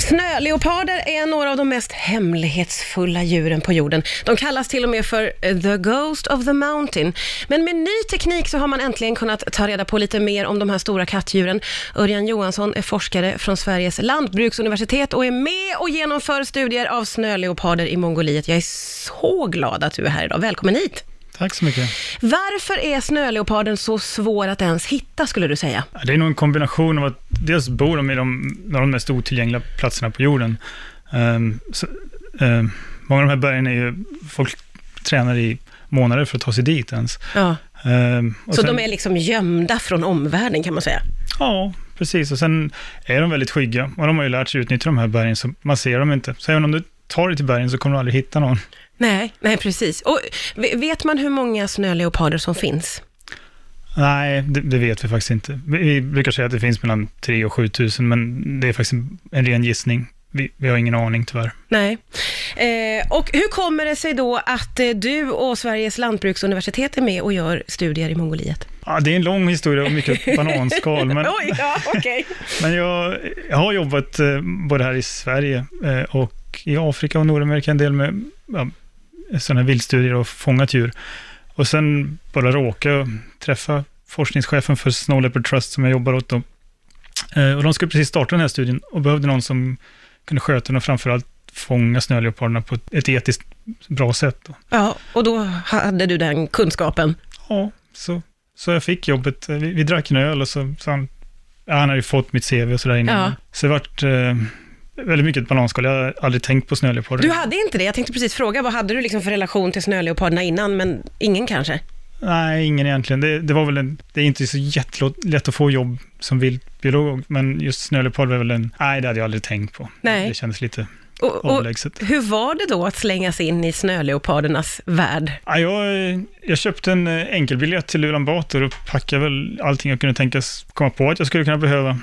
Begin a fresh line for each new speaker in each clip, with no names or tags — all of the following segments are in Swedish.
Snöleoparder är några av de mest hemlighetsfulla djuren på jorden. De kallas till och med för The Ghost of the Mountain. Men med ny teknik så har man äntligen kunnat ta reda på lite mer om de här stora kattdjuren. Örjan Johansson är forskare från Sveriges lantbruksuniversitet och är med och genomför studier av snöleoparder i Mongoliet. Jag är så glad att du är här idag. Välkommen hit!
Tack så mycket.
Varför är snöleoparden så svår att ens hitta, skulle du säga?
Det är nog en kombination av att dels bor de i de mest otillgängliga platserna på jorden. Många av de här bergen är ju, folk tränar i månader för att ta sig dit ens.
Ja. Så
sen,
de är liksom gömda från omvärlden, kan man säga?
Ja, precis. Och sen är de väldigt skygga. Och de har ju lärt sig utnyttja de här bergen, så man ser dem inte. Så även om du tar dig till bergen så kommer du aldrig hitta någon.
Nej, precis. Och vet man hur många snöleoparder som finns?
Nej, det vet vi faktiskt inte. Vi brukar säga att det finns mellan 3 och 7 000, men det är faktiskt en ren gissning. Vi har ingen aning tyvärr.
Nej. Och hur kommer det sig då att du och Sveriges lantbruksuniversitet är med och gör studier i Mongoliet?
Ja, det är en lång historia och mycket bananskal. Men,
oj, ja, okej.
Men jag har jobbat både här i Sverige och i Afrika och Nordamerika en del med sådana här vildstudier och fångat djur. Och sen bara råka träffa forskningschefen för Snow Leopard Trust som jag jobbar åt då. Och de skulle precis starta den här studien och behövde någon som kunde sköta den och framförallt fånga snöleoparderna på ett etiskt bra sätt då.
Ja, och då hade du den kunskapen?
Ja, så jag fick jobbet. Vi drack en öl och så han hade ju fått mitt CV och sådär innan. Ja. Så det vart väldigt mycket ett bananskal. Jag hade aldrig tänkt på snöleoparder.
Du hade inte det? Jag tänkte precis fråga, vad hade du liksom för relation till snöleoparderna innan, men ingen kanske? Nej,
ingen egentligen. Det är inte så jättelätt att få jobb som vildbiolog, men just snöleopard var väl det hade jag aldrig tänkt på. Nej. Det kändes lite avlägset.
Hur var det då att slängas in i snöleopardernas värld?
Ja, jag köpte en enkelbiljett till Ulan Bator och packade väl allting jag kunde tänkas komma på att jag skulle kunna behöva.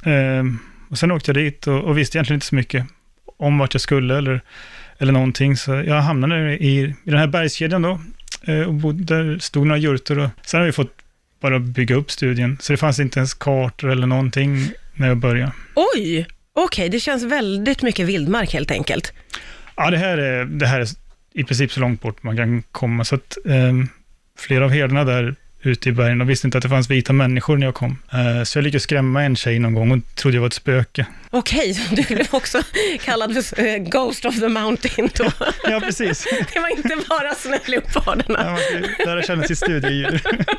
Och sen åkte jag dit och visste egentligen inte så mycket om vart jag skulle eller någonting. Så jag hamnade i den här bergskedjan då. Och där stod några jurter och sen har vi fått bara bygga upp studien. Så det fanns inte ens kartor eller någonting när jag började.
Oj! Okej, det känns väldigt mycket vildmark helt enkelt.
Ja, det här är i princip så långt bort man kan komma. Så att flera av herdarna där ute i bergen och visste inte att det fanns vita människor när jag kom. Så jag lyckades skrämma en tjej någon gång och trodde jag var ett spöke.
Okej, så du blev också kallad för Ghost of the Mountain då.
Ja, precis.
Det var inte bara snöleoparderna.
Ja, där kändes i studiedjur.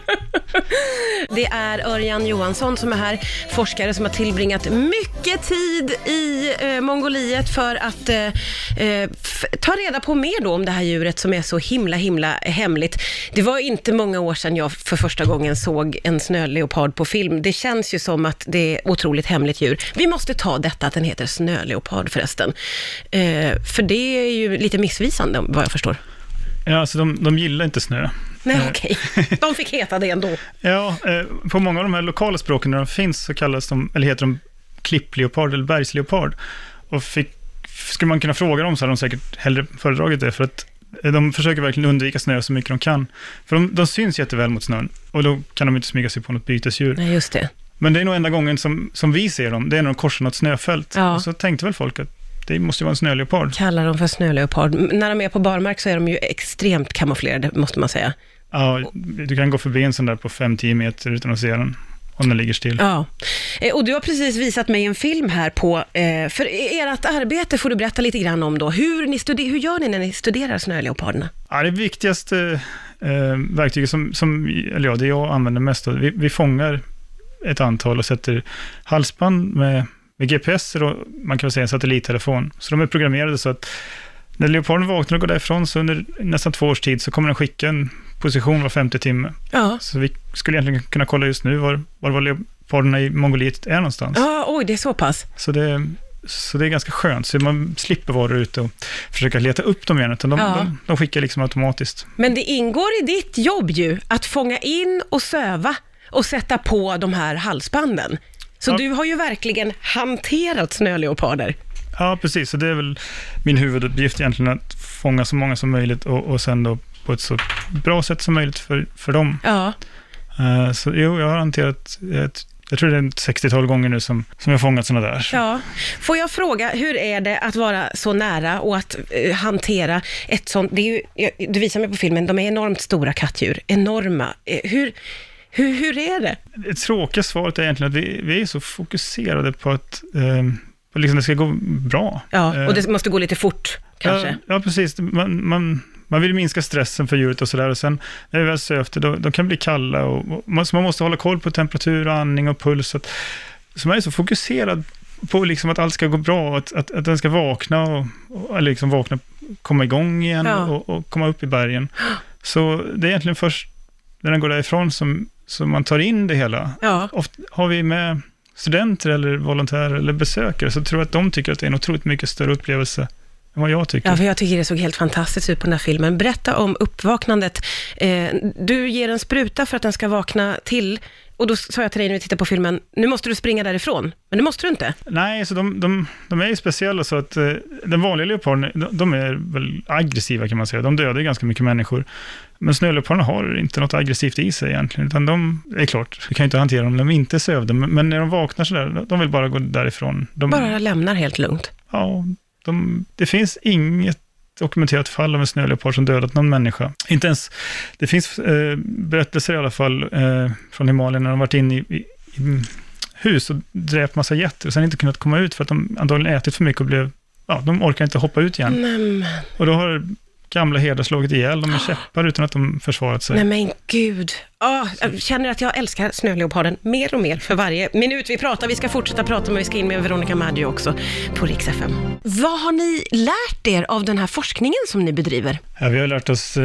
Det är Örjan Johansson som är här, forskare som har tillbringat mycket tid i Mongoliet för att ta reda på mer då om det här djuret som är så himla hemligt. Det var inte många år sedan jag för första gången såg en snöleopard på film. Det känns ju som att det är otroligt hemligt djur. Vi måste ta detta att den heter snöleopard förresten. För det är ju lite missvisande vad jag förstår.
Ja, alltså de gillar inte snö.
Nej, okej. De fick heta det ändå.
Ja, på många av de här lokala språken där de finns så kallas de, eller heter de klippleopard eller bergsleopard. Och skulle man kunna fråga dem så hade de säkert hellre föredragit det, för att de försöker verkligen undvika snö så mycket de kan. För de syns jätteväl mot snön och då kan de inte smyga sig på något bytesdjur.
Nej, just det.
Men det är nog enda gången som vi ser dem, det är när de korsar något snöfält. Ja. Och så tänkte väl folk att det måste ju vara en snöleopard.
Kallar de för snöleopard. När de är på barmark så är de ju extremt kamouflerade, måste man säga.
Ja, du kan gå förbi en sån där på 5-10 meter utan att se den. Om den ligger still.
Ja, och du har precis visat mig en film här på, för ert arbete får du berätta lite grann om då. Hur gör ni när ni studerar snöleoparderna? Ja,
det viktigaste verktyget det jag använder mest då, vi fångar ett antal och sätter halsband med GPS och man kan väl säga en satellittelefon. Så de är programmerade så att när leoparden vaknar och går därifrån så under nästan 2 års tid så kommer den skicka en position var 50 timme. Ja. Så vi skulle egentligen kunna kolla just nu var leoparderna i Mongoliet är någonstans.
Ja, oj, det är så pass.
Så det är ganska skönt. Så man slipper vara ute och försöka leta upp dem igen, utan de skickar liksom automatiskt.
Men det ingår i ditt jobb ju att fånga in och söva och sätta på de här halsbanden. Så du har ju verkligen hanterat snöleoparder.
Ja, precis. Så det är väl min huvuduppgift egentligen, att fånga så många som möjligt och sen då på ett så bra sätt som möjligt för dem. Ja. Så jag har hanterat Jag tror det är 60-tal gånger nu som jag har fångat sådana där.
Ja. Får jag fråga, hur är det att vara så nära och att hantera ett sånt, det är ju, du visar mig på filmen, de är enormt stora kattdjur, enorma. Hur är det?
Det tråkiga svaret är egentligen att vi är så fokuserade på att liksom det ska gå bra.
Ja, och det måste gå lite fort kanske.
Ja, precis. Man vill minska stressen för djuret och sådär. Och sen när vi väl söfter, de kan bli kalla. Och man måste hålla koll på temperatur, andning och puls. Så man är så fokuserad på liksom att allt ska gå bra. Att den ska vakna och liksom komma igång igen och komma upp i bergen. Så det är egentligen först när den går därifrån som man tar in det hela. Ja. Ofta har vi med studenter eller volontärer eller besökare, så tror jag att de tycker att det är en otroligt mycket större upplevelse än vad jag tycker.
Ja, för jag tycker det såg helt fantastiskt ut på den här filmen. Berätta om uppvaknandet. Du ger en spruta för att den ska vakna till, och då sa jag till dig när vi tittar på filmen, nu måste du springa därifrån. Men det måste du inte. Nej, så de är ju speciella, så att den vanliga leoparden, de är väl aggressiva kan man säga. De dödar ganska mycket människor. Men snöleoparderna har inte något aggressivt i sig egentligen, utan de är klart, vi kan inte hantera dem när de inte är sövda. Men när de vaknar sådär, de vill bara gå därifrån. Bara lämnar helt lugnt.
Ja, det finns inget dokumenterat fall av en snöleopard som dödat någon människa. Inte ens, det finns berättelser i alla fall från Himalien när de varit inne i hus och dräpt massa getter och sen inte kunnat komma ut för att de antagligen ätit för mycket och de orkar inte hoppa ut igen.
Men.
Och då har gamla herdar slagit ihjäl dem med käppar utan att de försvarat sig.
Nej men gud. Jag känner att jag älskar snöleoparden mer och mer för varje minut vi pratar. Vi ska fortsätta prata, men vi ska in med Veronica Maggio också på Rix FM. Vad har ni lärt er av den här forskningen som ni bedriver?
Ja, vi har lärt oss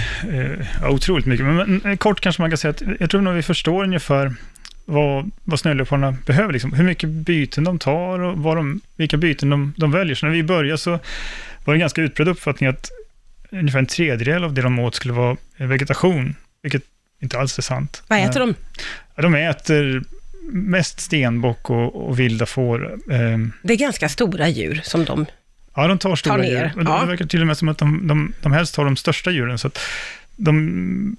otroligt mycket. Men kort kanske man kan säga att jag tror nog vi förstår ungefär vad snöleoparderna behöver. Liksom. Hur mycket byten de tar och vilka byten de väljer. Så när vi började så var det en ganska utbredd uppfattning att ungefär en tredjedel av det de åt skulle vara vegetation, vilket inte alls är sant.
Vad äter de?
De äter mest stenbock och vilda får.
Det är ganska stora djur som de
tar stora djur. Det verkar till och med som att de helst tar de största djuren, så att de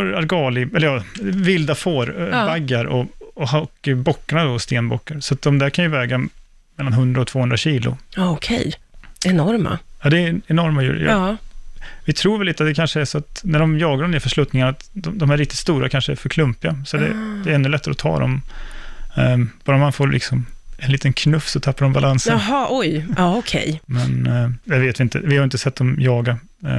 föredrar vilda får, baggar och bockarna då, stenbockar. Så att de där kan ju väga mellan 100 och 200 kilo.
Okej. Enorma.
Ja, det är enorma djur.
Ja. Vi
tror väl lite att det kanske är så att när de jagar dem ner för sluttningar att de här riktigt stora kanske är för klumpiga. Så det är ännu lättare att ta dem. Bara man får liksom en liten knuff så tappar de balansen.
Jaha, oj. Ja, okej.
Men jag vet inte. Vi har inte sett dem jaga.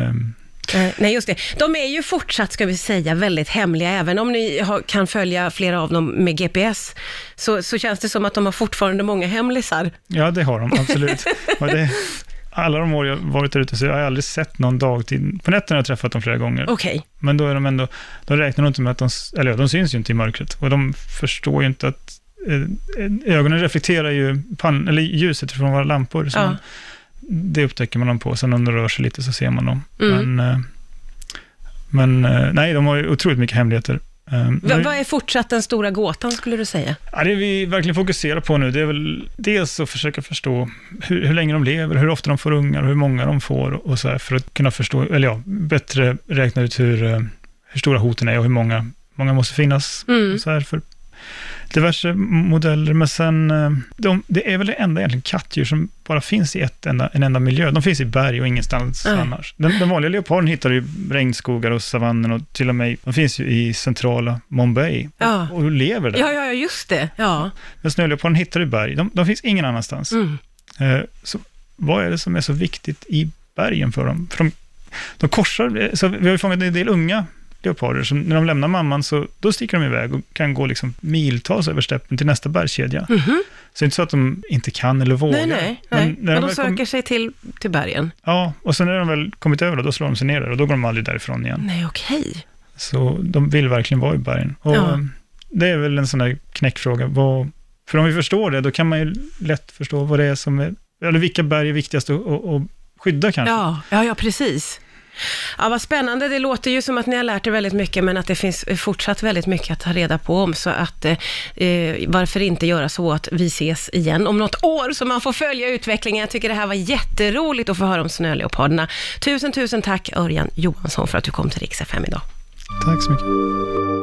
Nej, just det. De är ju fortsatt, ska vi säga, väldigt hemliga. Även om ni kan följa flera av dem med GPS så känns det som att de har fortfarande många hemlisar. Ja,
det har de, absolut. Alla de år jag varit där ute så jag har aldrig sett någon dagtid. På nätterna har jag träffat dem flera gånger.
Okay.
Men då är de ändå, de räknar inte med att de syns ju inte i mörkret. Och de förstår ju inte att ögonen reflekterar ju ljuset från våra lampor. Så det upptäcker man dem på. Sen om de rör sig lite så ser man dem. Men nej, de har ju otroligt mycket hemligheter.
Vad är fortsatt den stora gåtan, skulle du säga?
Ja, det vi verkligen fokuserar på nu, det är väl dels att försöka förstå hur länge de lever, hur ofta de får ungar och hur många de får och så här, för att kunna förstå, bättre räkna ut hur stora hoten är och hur många måste finnas så här för diverse modeller. Men sen det är väl det enda egentligen kattdjur som bara finns i en enda miljö. De finns i berg och ingenstans annars. Den vanliga leoparden hittar ju regnskogar och savannen och till och med, de finns ju i centrala Mumbai och lever där.
Ja, just det. Ja.
Men snöleoparden hittar i berg. De finns ingen annanstans. Så vad är det som är så viktigt i bergen för dem? För de korsar, så vi har ju fångat en del unga leoparder som när de lämnar mamman så då sticker de iväg och kan gå liksom miltals över steppen till nästa bergskedja. Så det är inte så att de inte kan eller vågar.
Nej. Men de söker sig till bergen.
Ja, och sen när de väl kommit över då slår de sig ner där och då går de aldrig därifrån igen.
Nej, okej.
Så de vill verkligen vara i bergen. Och det är väl en sån här knäckfråga. För om vi förstår det, då kan man ju lätt förstå vad det är som är, eller vilka berg är viktigast att skydda kanske.
Ja, precis. Ja, vad spännande. Det låter ju som att ni har lärt er väldigt mycket, men att det finns fortsatt väldigt mycket att ta reda på om, så att varför inte göra så att vi ses igen om något år så man får följa utvecklingen. Jag tycker det här var jätteroligt att få höra om snöleoparderna. Tusen tack Örjan Johansson för att du kom till Rix FM idag.
Tack så mycket.